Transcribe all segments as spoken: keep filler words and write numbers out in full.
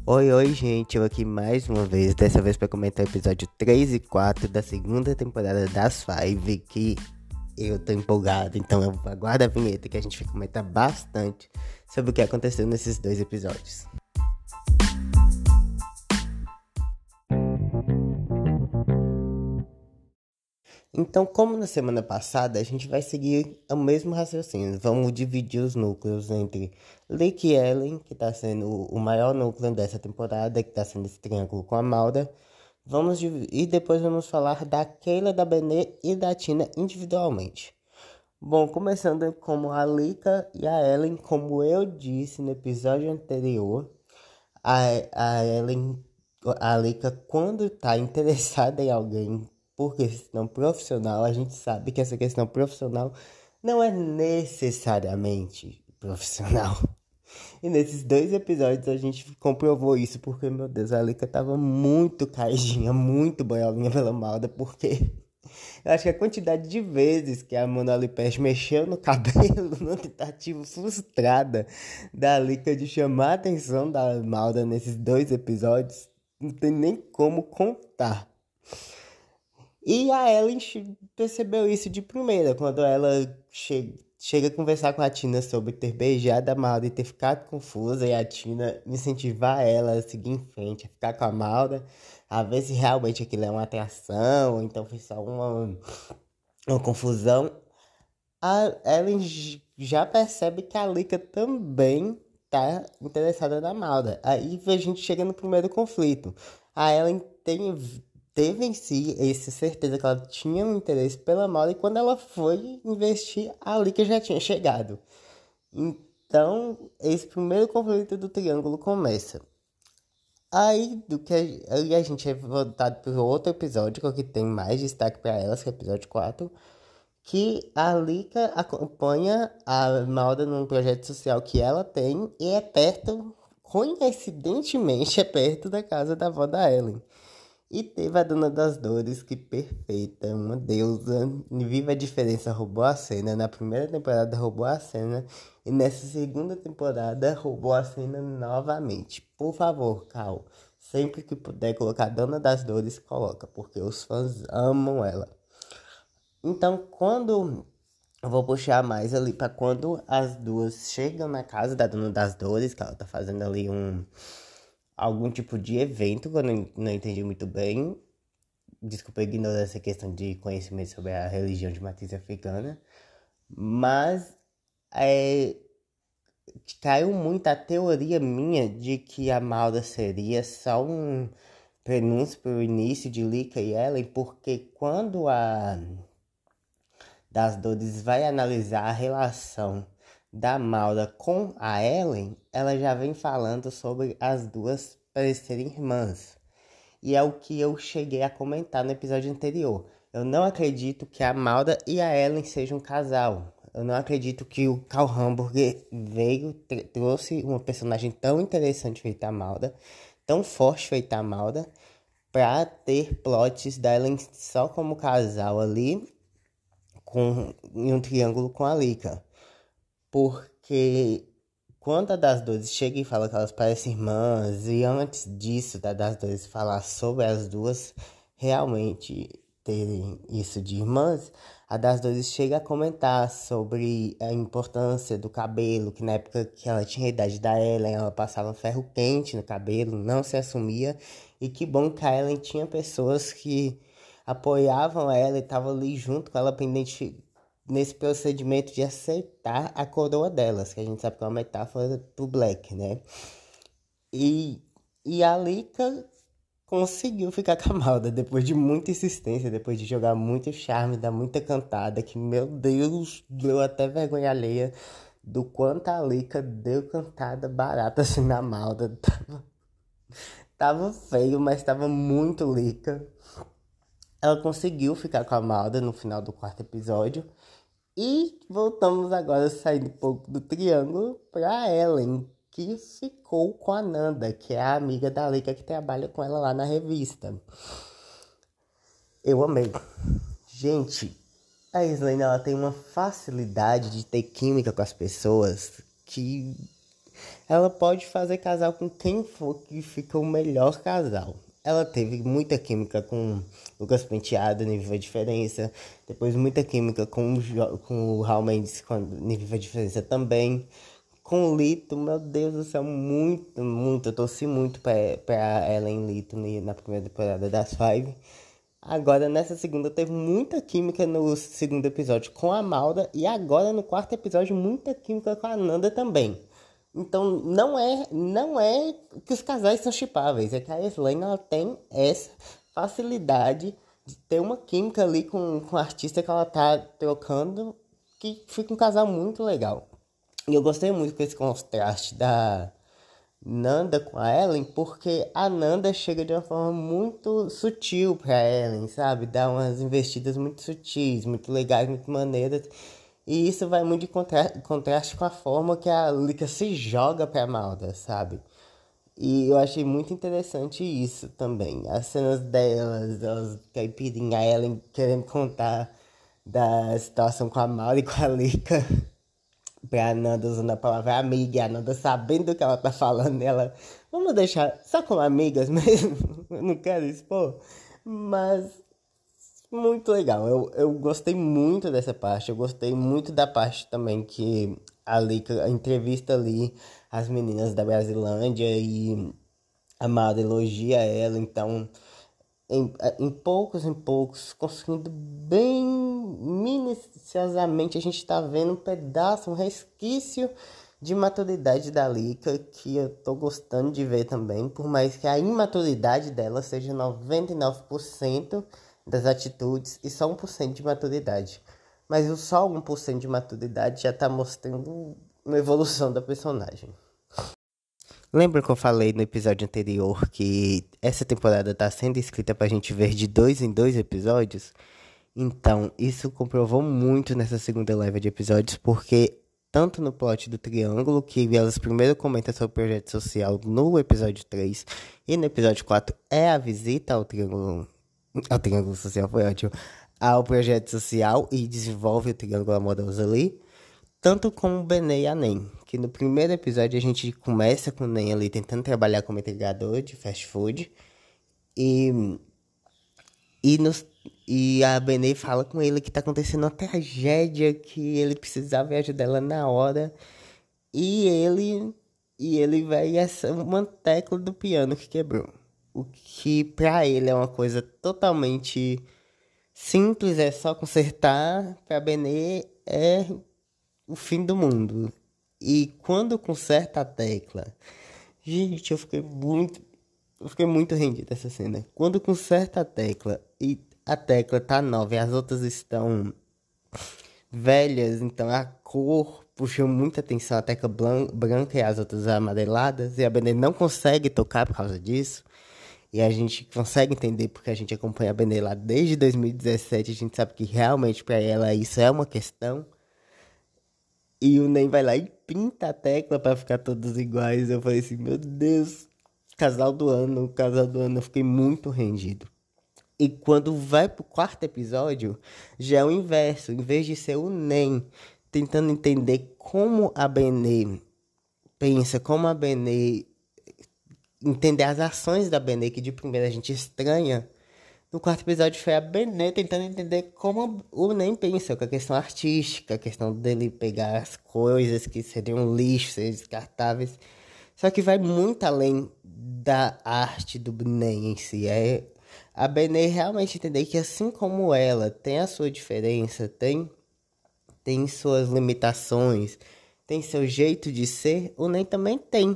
Oi, oi, gente, eu aqui mais uma vez, dessa vez para comentar o episódio três e quatro da segunda temporada das Five, que eu tô empolgado, então eu aguardo a vinheta que a gente vai comentar bastante sobre o que aconteceu nesses dois episódios. Então, como na semana passada, a gente vai seguir o mesmo raciocínio. Vamos dividir os núcleos entre Lick e Ellen, que está sendo o maior núcleo dessa temporada, que está sendo esse triângulo com a Malda. Vamos div- e depois vamos falar da Keila, da Benê e da Tina individualmente. Bom, começando com a Lika e a Ellen, como eu disse no episódio anterior, a, a Ellen, a Lika, quando está interessada em alguém por questão profissional, a gente sabe que essa questão profissional não é necessariamente profissional. E nesses dois episódios a gente comprovou isso, porque, meu Deus, a Lika tava muito caidinha, muito boiolinha pela Malda, porque eu acho que a quantidade de vezes que a Manoel Peste mexeu no cabelo, numa tentativa frustrada da Lika de chamar a atenção da Malda nesses dois episódios, não tem nem como contar. E a Ellen percebeu isso de primeira, quando ela che chega a conversar com a Tina sobre ter beijado a Malda e ter ficado confusa, e a Tina incentivar ela a seguir em frente, a ficar com a Malda, a ver se realmente aquilo é uma atração, ou então foi só uma, uma confusão. A Ellen já percebe que a Lika também tá interessada na Malda. Aí a gente chega no primeiro conflito. A Ellen tem, teve em si essa certeza que ela tinha um interesse pela Malda, e quando ela foi investir, a Lika já tinha chegado. Então, esse primeiro conflito do triângulo começa. Aí, do que a, aí a gente é voltado para outro episódio, que é o que tem mais destaque para elas, que é o episódio quatro, que a Lika acompanha a Malda num projeto social que ela tem e é perto, coincidentemente, é perto da casa da avó da Ellen. E teve a Dona das Dores, que perfeita, uma deusa. Viva a diferença, roubou a cena. Na primeira temporada roubou a cena. E nessa segunda temporada roubou a cena novamente. Por favor, Cal, sempre que puder colocar a Dona das Dores, coloca, porque os fãs amam ela. Então, quando eu vou puxar mais ali para quando as duas chegam na casa da Dona das Dores, que ela tá fazendo ali um algum tipo de evento, que eu não, não entendi muito bem. Desculpa ignorar essa questão de conhecimento sobre a religião de matriz africana. Mas é, caiu muito a teoria minha de que a Malda seria só um prenúncio para o início de Lika e Ellen, porque quando a das Dores vai analisar a relação da Malda com a Ellen, ela já vem falando sobre as duas parecerem irmãs. E é o que eu cheguei a comentar no episódio anterior. Eu não acredito que a Malda e a Ellen sejam um casal. Eu não acredito que o Karl Hamburger veio, trouxe uma personagem tão interessante feita a Malda, tão forte feita a Malda, pra ter plots da Ellen só como casal ali, com, em um triângulo com a Lika. Porque quando a das Dores chega e fala que elas parecem irmãs, e antes disso, da das Dores falar sobre as duas realmente terem isso de irmãs, a das Dores chega a comentar sobre a importância do cabelo, que na época que ela tinha a idade da Ellen, ela passava ferro quente no cabelo, não se assumia, e que bom que a Ellen tinha pessoas que apoiavam ela e estavam ali junto com ela para identificar nesse procedimento de aceitar a coroa delas, que a gente sabe que é uma metáfora pro Black, né? E, e a Lika conseguiu ficar com a Malda depois de muita insistência, depois de jogar muito charme, dar muita cantada, que, meu Deus, deu até vergonha alheia do quanto a Lika deu cantada barata assim na Malda. Tava, tava feio, mas tava muito Lika. Ela conseguiu ficar com a Malda no final do quarto episódio. E voltamos agora saindo um pouco do triângulo para Ellen, que ficou com a Nanda, que é a amiga da Lika que trabalha com ela lá na revista. Eu amei. Gente, a Slane, ela tem uma facilidade de ter química com as pessoas que ela pode fazer casal com quem for que fica o melhor casal. Ela teve muita química com Lucas Penteado, nem Viva a Diferença. Depois muita química com o, jo- com o Raul Mendes, com nem Viva a Diferença também. Com o Lito, meu Deus do céu, muito, muito. Eu torci muito pra, pra Ellen Lito ne- na primeira temporada das Five. Agora, nessa segunda, teve muita química no segundo episódio com a Malda. E agora, no quarto episódio, muita química com a Nanda também. Então, não é, não é que os casais são shippáveis. É que a Slane, ela tem essa facilidade de ter uma química ali com, com o artista que ela tá trocando. Que fica um casal muito legal. E eu gostei muito com esse contraste da Nanda com a Ellen, porque a Nanda chega de uma forma muito sutil pra Ellen, sabe? Dá umas investidas muito sutis, muito legais, muito maneiras. E isso vai muito de contra contraste com a forma que a Lika se joga pra Malda, sabe? E eu achei muito interessante isso também. As cenas delas, elas caipirinha, a Ellen querendo contar da situação com a Malda e com a Lika pra Nanda usando a palavra amiga, e a Nanda sabendo o que ela tá falando, ela, vamos deixar só como amigas mesmo, eu não quero expor, mas muito legal, eu, eu gostei muito dessa parte, eu gostei muito da parte também que ali, que a entrevista ali, as meninas da Brasilândia e a Mara elogia ela, então em, em poucos em poucos, construindo bem minuciosamente, a gente está vendo um pedaço, um resquício de maturidade da Lika, que eu tô gostando de ver também, por mais que a imaturidade dela seja noventa e nove por cento das atitudes e só um por cento de maturidade. Mas o só um por cento de maturidade já está mostrando uma evolução da personagem. Lembra que eu falei no episódio anterior que essa temporada tá sendo escrita pra gente ver de dois em dois episódios? Então, isso comprovou muito nessa segunda leva de episódios, porque tanto no plot do Triângulo, que elas primeiro comentam sobre o projeto social no episódio três, e no episódio quatro é a visita ao Triângulo, ao Triângulo Social, foi ótimo, ao projeto social e desenvolve o Triângulo Amoroso ali. Tanto como o Benê e a Nen, que no primeiro episódio a gente começa com o Nen ali tentando trabalhar como entregador de fast food. E, e, nos, e a Benê fala com ele que tá acontecendo uma tragédia, que ele precisava da ajuda dela na hora. E ele, e ele vai essa uma tecla do piano que quebrou. O que pra ele é uma coisa totalmente simples, é só consertar. Pra Benê é o fim do mundo. E quando conserta a tecla, gente, eu fiquei muito, eu fiquei muito rendido dessa cena. Quando conserta a tecla e a tecla tá nova e as outras estão velhas, então a cor puxou muita atenção, a tecla blan- branca e as outras amareladas, e a Benê não consegue tocar por causa disso. E a gente consegue entender porque a gente acompanha a Benê lá desde dois mil e dezessete, a gente sabe que realmente para ela isso é uma questão. E o Ney vai lá e pinta a tecla pra ficar todos iguais. Eu falei assim, meu Deus, casal do ano, casal do ano. Eu fiquei muito rendido. E quando vai pro quarto episódio, já é o inverso. Em vez de ser o Nen tentando entender como a Benê pensa, como a Benê entender as ações da Benê, que de primeira a gente estranha. No quarto episódio foi a Benê tentando entender como o Nen pensa, com a questão artística, a questão dele pegar as coisas que seriam lixo, seriam descartáveis. Só que vai muito além da arte do Nen em si. É a Benê realmente entender que assim como ela tem a sua diferença, tem, tem suas limitações, tem seu jeito de ser, o Nen também tem.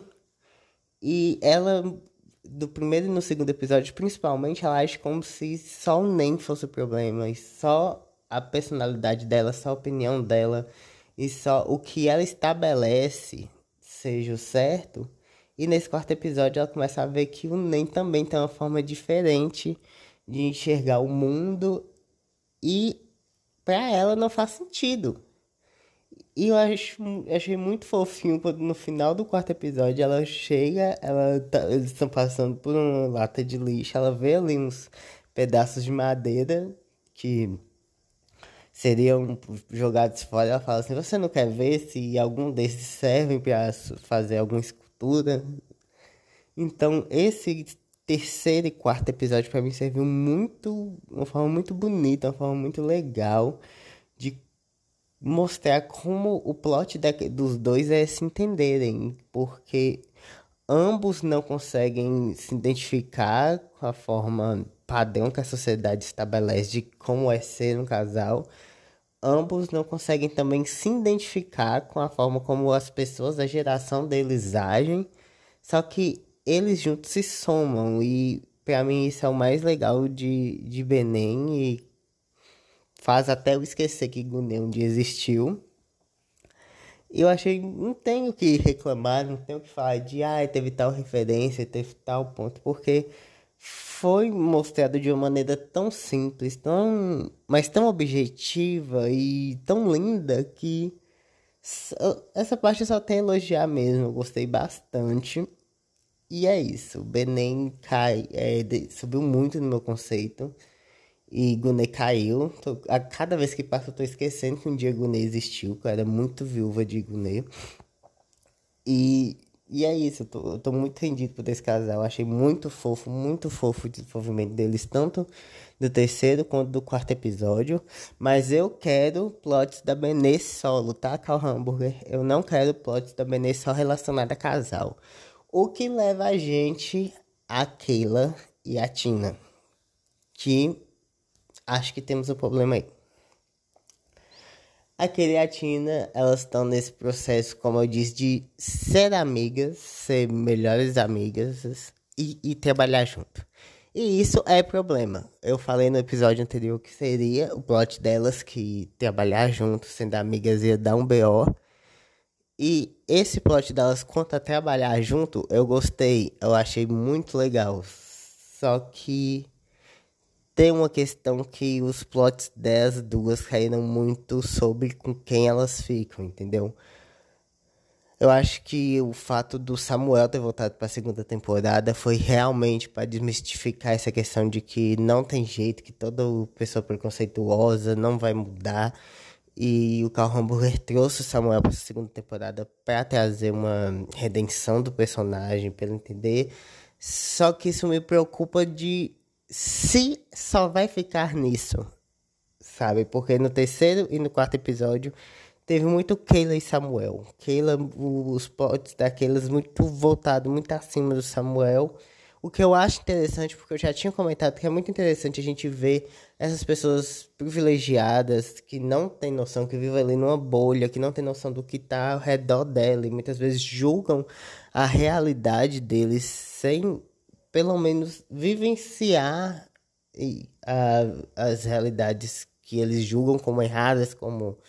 E ela, do primeiro e no segundo episódio, principalmente, ela age como se só o Nen fosse o problema. E só a personalidade dela, só a opinião dela. E só o que ela estabelece seja o certo. E nesse quarto episódio ela começa a ver que o Nen também tem uma forma diferente de enxergar o mundo. E pra ela não faz sentido. E eu acho, achei muito fofinho quando no final do quarto episódio ela chega, ela tá- eles estão passando por uma lata de lixo, ela vê ali uns pedaços de madeira que seriam jogados fora. Ela fala assim, você não quer ver se algum desses servem para fazer alguma escultura? Então, esse terceiro e quarto episódio para mim serviu muito, uma forma muito bonita, uma forma muito legal de mostrar como o plot da, dos dois é se entenderem, porque ambos não conseguem se identificar com a forma padrão que a sociedade estabelece de como é ser um casal. Ambos não conseguem também se identificar com a forma como as pessoas da geração deles agem, só que eles juntos se somam e pra mim isso é o mais legal de, de Benem e faz até eu esquecer que Gunê um dia existiu. E eu achei, não tenho o que reclamar, não tenho o que falar de, ah, teve tal referência, teve tal ponto, porque foi mostrado de uma maneira tão simples, tão, mas tão objetiva e tão linda que só- essa parte eu só tem a elogiar mesmo, eu gostei bastante. E é isso, o Benem cai, é, de- subiu muito no meu conceito. E Gunei caiu. Tô- a cada vez que passa, eu tô esquecendo que um dia Gunei existiu, que eu era muito viúva de Gunei. E, e é isso, eu tô, eu tô muito rendido por esse casal. Eu achei muito fofo, muito fofo o desenvolvimento deles, tanto do terceiro quanto do quarto episódio. Mas eu quero plots da Benê solo, tá, Carl Hamburger? Eu não quero plots da Benê só relacionada a casal. O que leva a gente a Keila e a Tina, que acho que temos um problema aí. A Keila e a Tina, elas estão nesse processo, como eu disse, de ser amigas, ser melhores amigas e, e trabalhar junto. E isso é problema. Eu falei no episódio anterior que seria o plot delas, que trabalhar junto, sendo amigas, ia dar um B O. E esse plot delas quanto a trabalhar junto, eu gostei, eu achei muito legal. Só que tem uma questão que os plots das duas caíram muito sobre com quem elas ficam, entendeu? Eu acho que o fato do Samuel ter voltado para a segunda temporada foi realmente para desmistificar essa questão de que não tem jeito, que toda pessoa preconceituosa não vai mudar. E o Carl Hamburger trouxe o Samuel para a segunda temporada para trazer uma redenção do personagem, para ele entender. Só que isso me preocupa de se só vai ficar nisso, sabe? Porque no terceiro e no quarto episódio teve muito Keila e Samuel. Keila, os plots daqueles muito voltado, muito acima do Samuel. O que eu acho interessante, porque eu já tinha comentado que é muito interessante a gente ver essas pessoas privilegiadas que não tem noção, que vivem ali numa bolha, que não tem noção do que está ao redor dela e muitas vezes julgam a realidade deles sem, pelo menos, vivenciar e, a, as realidades que eles julgam como erradas, como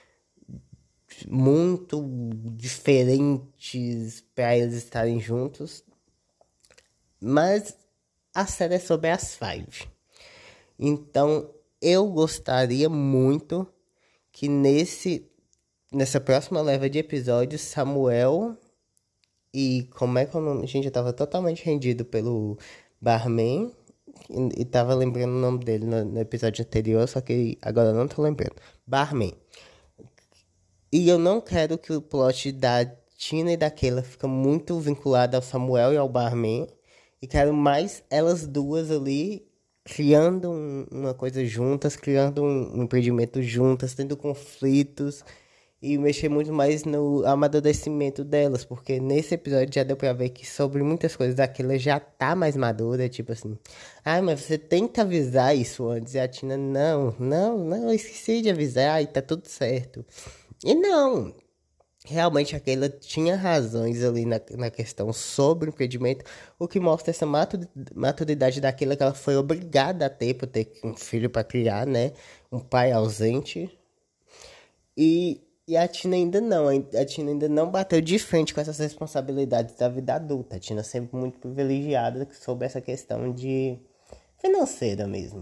muito diferentes para eles estarem juntos. Mas a série é sobre as Five. Então eu gostaria muito que nesse nessa próxima leva de episódios, Samuel e como é que é o nome? Gente, eu tava totalmente rendido pelo Barman e, e tava lembrando o nome dele no, no episódio anterior, só que agora eu não tô lembrando. Barman. E eu não quero que o plot da Tina e da Keila fica muito vinculado ao Samuel e ao Barman. E quero mais elas duas ali criando um- uma coisa juntas, criando um, um empreendimento juntas, tendo conflitos e mexer muito mais no amadurecimento delas, porque nesse episódio já deu pra ver que sobre muitas coisas aquela já tá mais madura, tipo assim, ai, mas você tem que avisar isso antes, e a Tina, não, não, não, eu esqueci de avisar, e tá tudo certo. E não, realmente a Keila tinha razões ali na, na questão sobre o impedimento, o que mostra essa matu- maturidade daquela que ela foi obrigada a ter por ter um filho para criar, né? Um pai ausente. E, e a Tina ainda não, a Tina ainda não bateu de frente com essas responsabilidades da vida adulta. A Tina sempre muito privilegiada sobre essa questão de financeira mesmo.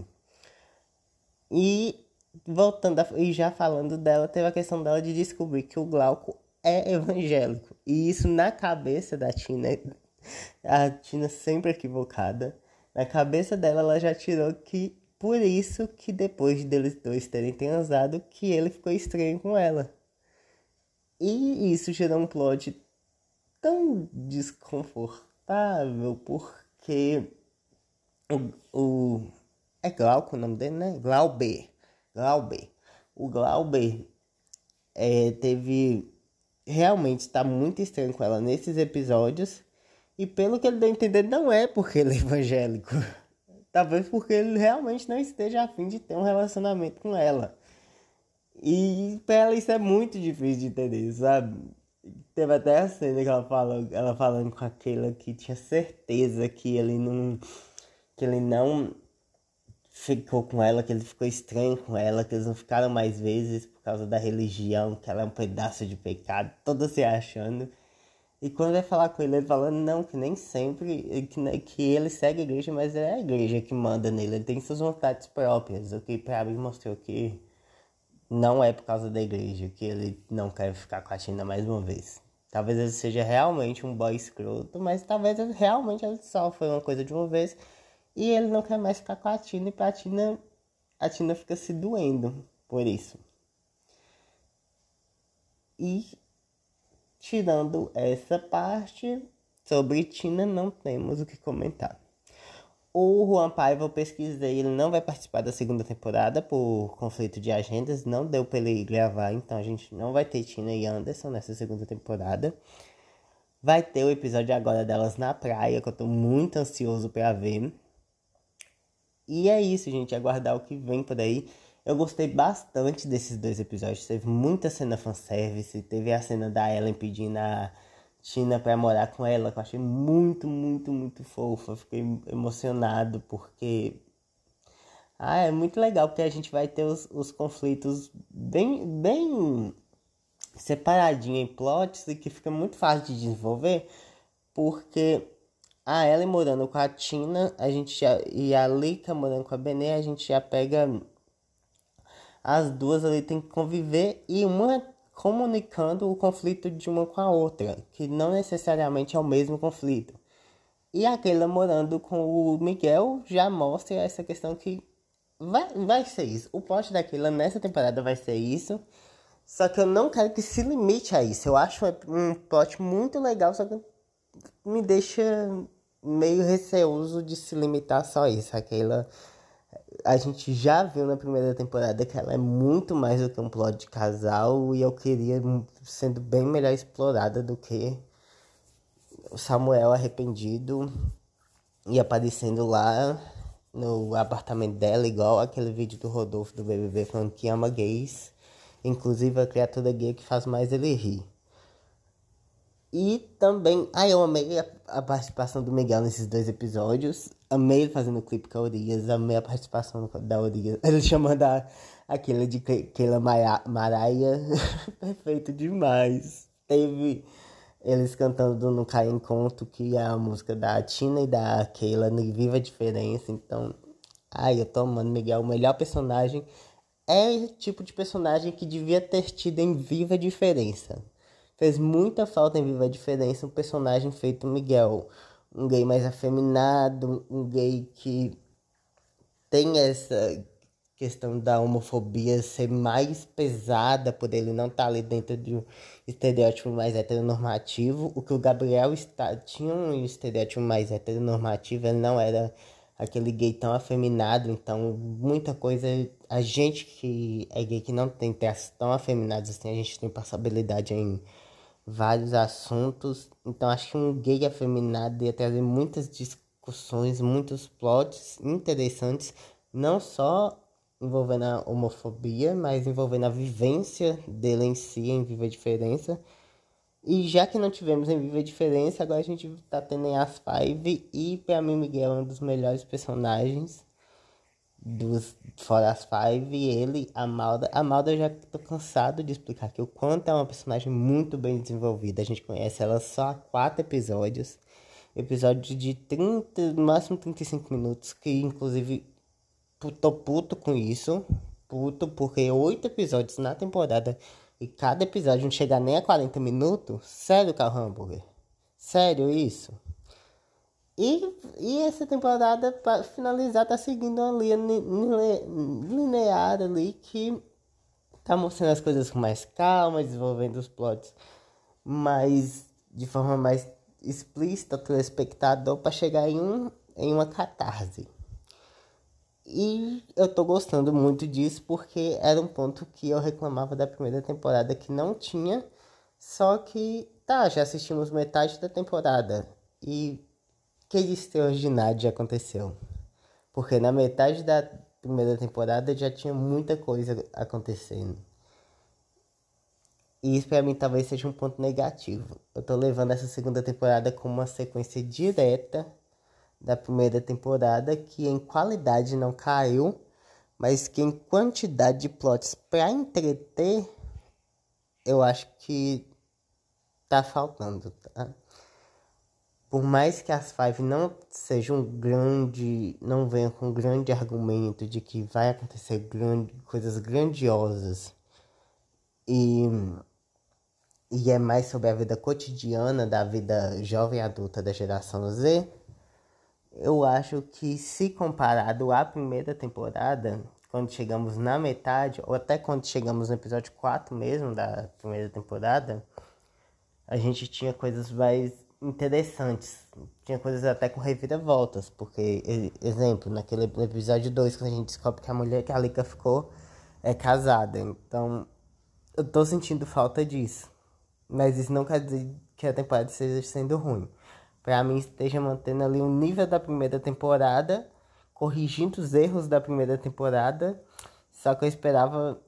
E voltando a, e já falando dela, teve a questão dela de descobrir que o Glauco é evangélico. E isso na cabeça da Tina, a Tina sempre equivocada. Na cabeça dela, ela já tirou que por isso que depois deles dois terem transado, que ele ficou estranho com ela. E isso gerou um plot tão desconfortável, porque o, o é Glauco o nome dele, né? Glauber. Glauber. O Glauber é, teve... Realmente está muito estranho com ela nesses episódios. E pelo que ele deu a entender, não é porque ele é evangélico. Talvez porque ele realmente não esteja a fim de ter um relacionamento com ela. E pra ela isso é muito difícil de entender, sabe? Teve até a cena que ela fala, ela falando com aquela que tinha certeza que ele não... Que ele não ficou com ela, que ele ficou estranho com ela, que eles não ficaram mais vezes por causa da religião, que ela é um pedaço de pecado, toda se achando. E quando vai falar com ele, ele falando não, que nem sempre, que, que ele segue a igreja, mas é a igreja que manda nele, ele tem suas vontades próprias, o que pra mim mostrou que não é por causa da igreja, que ele não quer ficar com a Tina mais uma vez. Talvez ele seja realmente um boy escroto, mas talvez ele, realmente ele só foi uma coisa de uma vez e ele não quer mais ficar com a Tina e pra Tina, a Tina fica se doendo por isso. E tirando essa parte, sobre Tina não temos o que comentar. O Juan Paiva, eu pesquisei, ele não vai participar da segunda temporada por conflito de agendas, não deu pra ele gravar, então a gente não vai ter Tina e Anderson nessa segunda temporada. Vai ter o episódio agora delas na praia, que eu tô muito ansioso pra ver. E é isso, gente, aguardar o que vem por aí. Eu gostei bastante desses dois episódios, teve muita cena fanservice, teve a cena da Ellen pedindo a Tina pra morar com ela, que eu achei muito, muito, muito fofa. Fiquei emocionado porque... Ah, é muito legal, porque a gente vai ter os, os conflitos bem, bem separadinho em plots e que fica muito fácil de desenvolver, porque a Ellen morando com a Tina, a gente já, e a Lika morando com a Benê, a gente já pega... As duas ali tem que conviver e uma comunicando o conflito de uma com a outra, que não necessariamente é o mesmo conflito. E aquela morando com o Miguel já mostra essa questão que vai, vai ser isso. O plot daquela nessa temporada vai ser isso, só que eu não quero que se limite a isso. Eu acho um plot muito legal, só que me deixa meio receoso de se limitar só a isso. Aquela... A gente já viu na primeira temporada que ela é muito mais do que um plot de casal e eu queria sendo bem melhor explorada do que o Samuel arrependido e aparecendo lá no apartamento dela, igual aquele vídeo do Rodolfo do B B B falando que ama gays, inclusive a criatura gay que faz mais ele rir. E também, ah, eu amei a, a participação do Miguel nesses dois episódios. Amei ele fazendo o clipe com a Urias. Amei a participação da Urias. Ele chamando a, aquele de Keila Maraia. Perfeito demais. Teve eles cantando No Cai em Conto, que é a música da Tina e da Keila no Viva a Diferença. Então, ai, eu tô amando Miguel. O melhor personagem é o tipo de personagem que devia ter tido em Viva a Diferença. Fez muita falta em Viva a Diferença um personagem feito Miguel. Um gay mais afeminado, um gay que tem essa questão da homofobia ser mais pesada por ele não estar ali dentro de um estereótipo mais heteronormativo. O que o Gabriel está, tinha um estereótipo mais heteronormativo, ele não era aquele gay tão afeminado, então muita coisa, a gente que é gay que não tem traços tão afeminados assim, a gente tem passabilidade em vários assuntos, então acho que um gay afeminado ia trazer muitas discussões, muitos plots interessantes, não só envolvendo a homofobia, mas envolvendo a vivência dele em si, em Viva a Diferença. E já que não tivemos em Viva a Diferença, agora a gente tá tendo em As Five, e pra mim Miguel é um dos melhores personagens dos fora As Five, e ele, a Malda. A Malda eu já tô cansado de explicar aqui o quanto é uma personagem muito bem desenvolvida. A gente conhece ela só há quatro episódios. Episódio de trinta, no máximo trinta e cinco minutos, que inclusive tô puto com isso. Puto porque oito episódios na temporada e cada episódio não chega nem a quarenta minutos. Sério, Carl Hamburger? Sério isso? E, e essa temporada, para finalizar, tá seguindo uma linha linear ali que tá mostrando as coisas com mais calma, desenvolvendo os plots mais de forma mais explícita ao telespectador para chegar em, um, em uma catarse. E eu tô gostando muito disso porque era um ponto que eu reclamava da primeira temporada que não tinha, só que tá, já assistimos metade da temporada e que de extraordinário já aconteceu. Porque na metade da primeira temporada já tinha muita coisa acontecendo. E isso pra mim talvez seja um ponto negativo. Eu tô levando essa segunda temporada como uma sequência direta da primeira temporada, que em qualidade não caiu, mas que em quantidade de plots pra entreter, eu acho que tá faltando, tá? Por mais que as Five não sejam um grande, não venham com um grande argumento de que vai acontecer grande, coisas grandiosas e, e é mais sobre a vida cotidiana da vida jovem adulta da geração Z, eu acho que se comparado à primeira temporada, quando chegamos na metade, ou até quando chegamos no episódio quatro mesmo da primeira temporada, a gente tinha coisas mais interessantes. Tinha coisas até com reviravoltas, porque, exemplo, naquele episódio dois, quando a gente descobre que a mulher que a Lika ficou é casada. Então, eu tô sentindo falta disso. Mas isso não quer dizer que a temporada esteja sendo ruim. Pra mim, esteja mantendo ali o nível da primeira temporada, corrigindo os erros da primeira temporada, só que eu esperava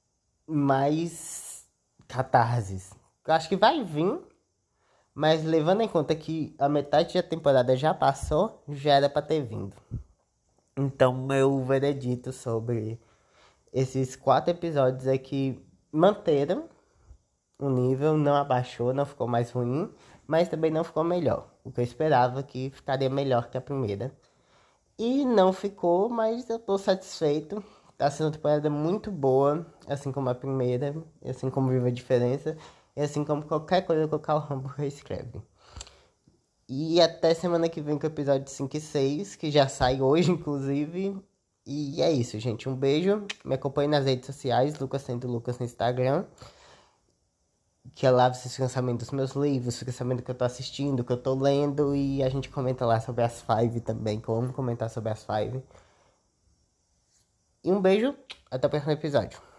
mais catarses. Eu acho que vai vir, mas levando em conta que a metade da temporada já passou, já era pra ter vindo. Então, meu veredito sobre esses quatro episódios é que manteram o nível, não abaixou, não ficou mais ruim, mas também não ficou melhor. O que eu esperava que ficaria melhor que a primeira. E não ficou, mas eu tô satisfeito. Tá sendo uma temporada muito boa, assim como a primeira, assim como Viva a Diferença, e assim como qualquer coisa que o Carl Hamburger escreve. E até semana que vem com o episódio cinco e seis, que já sai hoje, inclusive. E é isso, gente. Um beijo. Me acompanhe nas redes sociais, Lucas Sendo Lucas no Instagram. Que é lá vocês ficam sabendo dos meus livros, ficam sabendo do que eu tô assistindo, do que eu tô lendo. E a gente comenta lá sobre as Five também, que eu amo comentar sobre as Five. E um beijo, até o próximo episódio.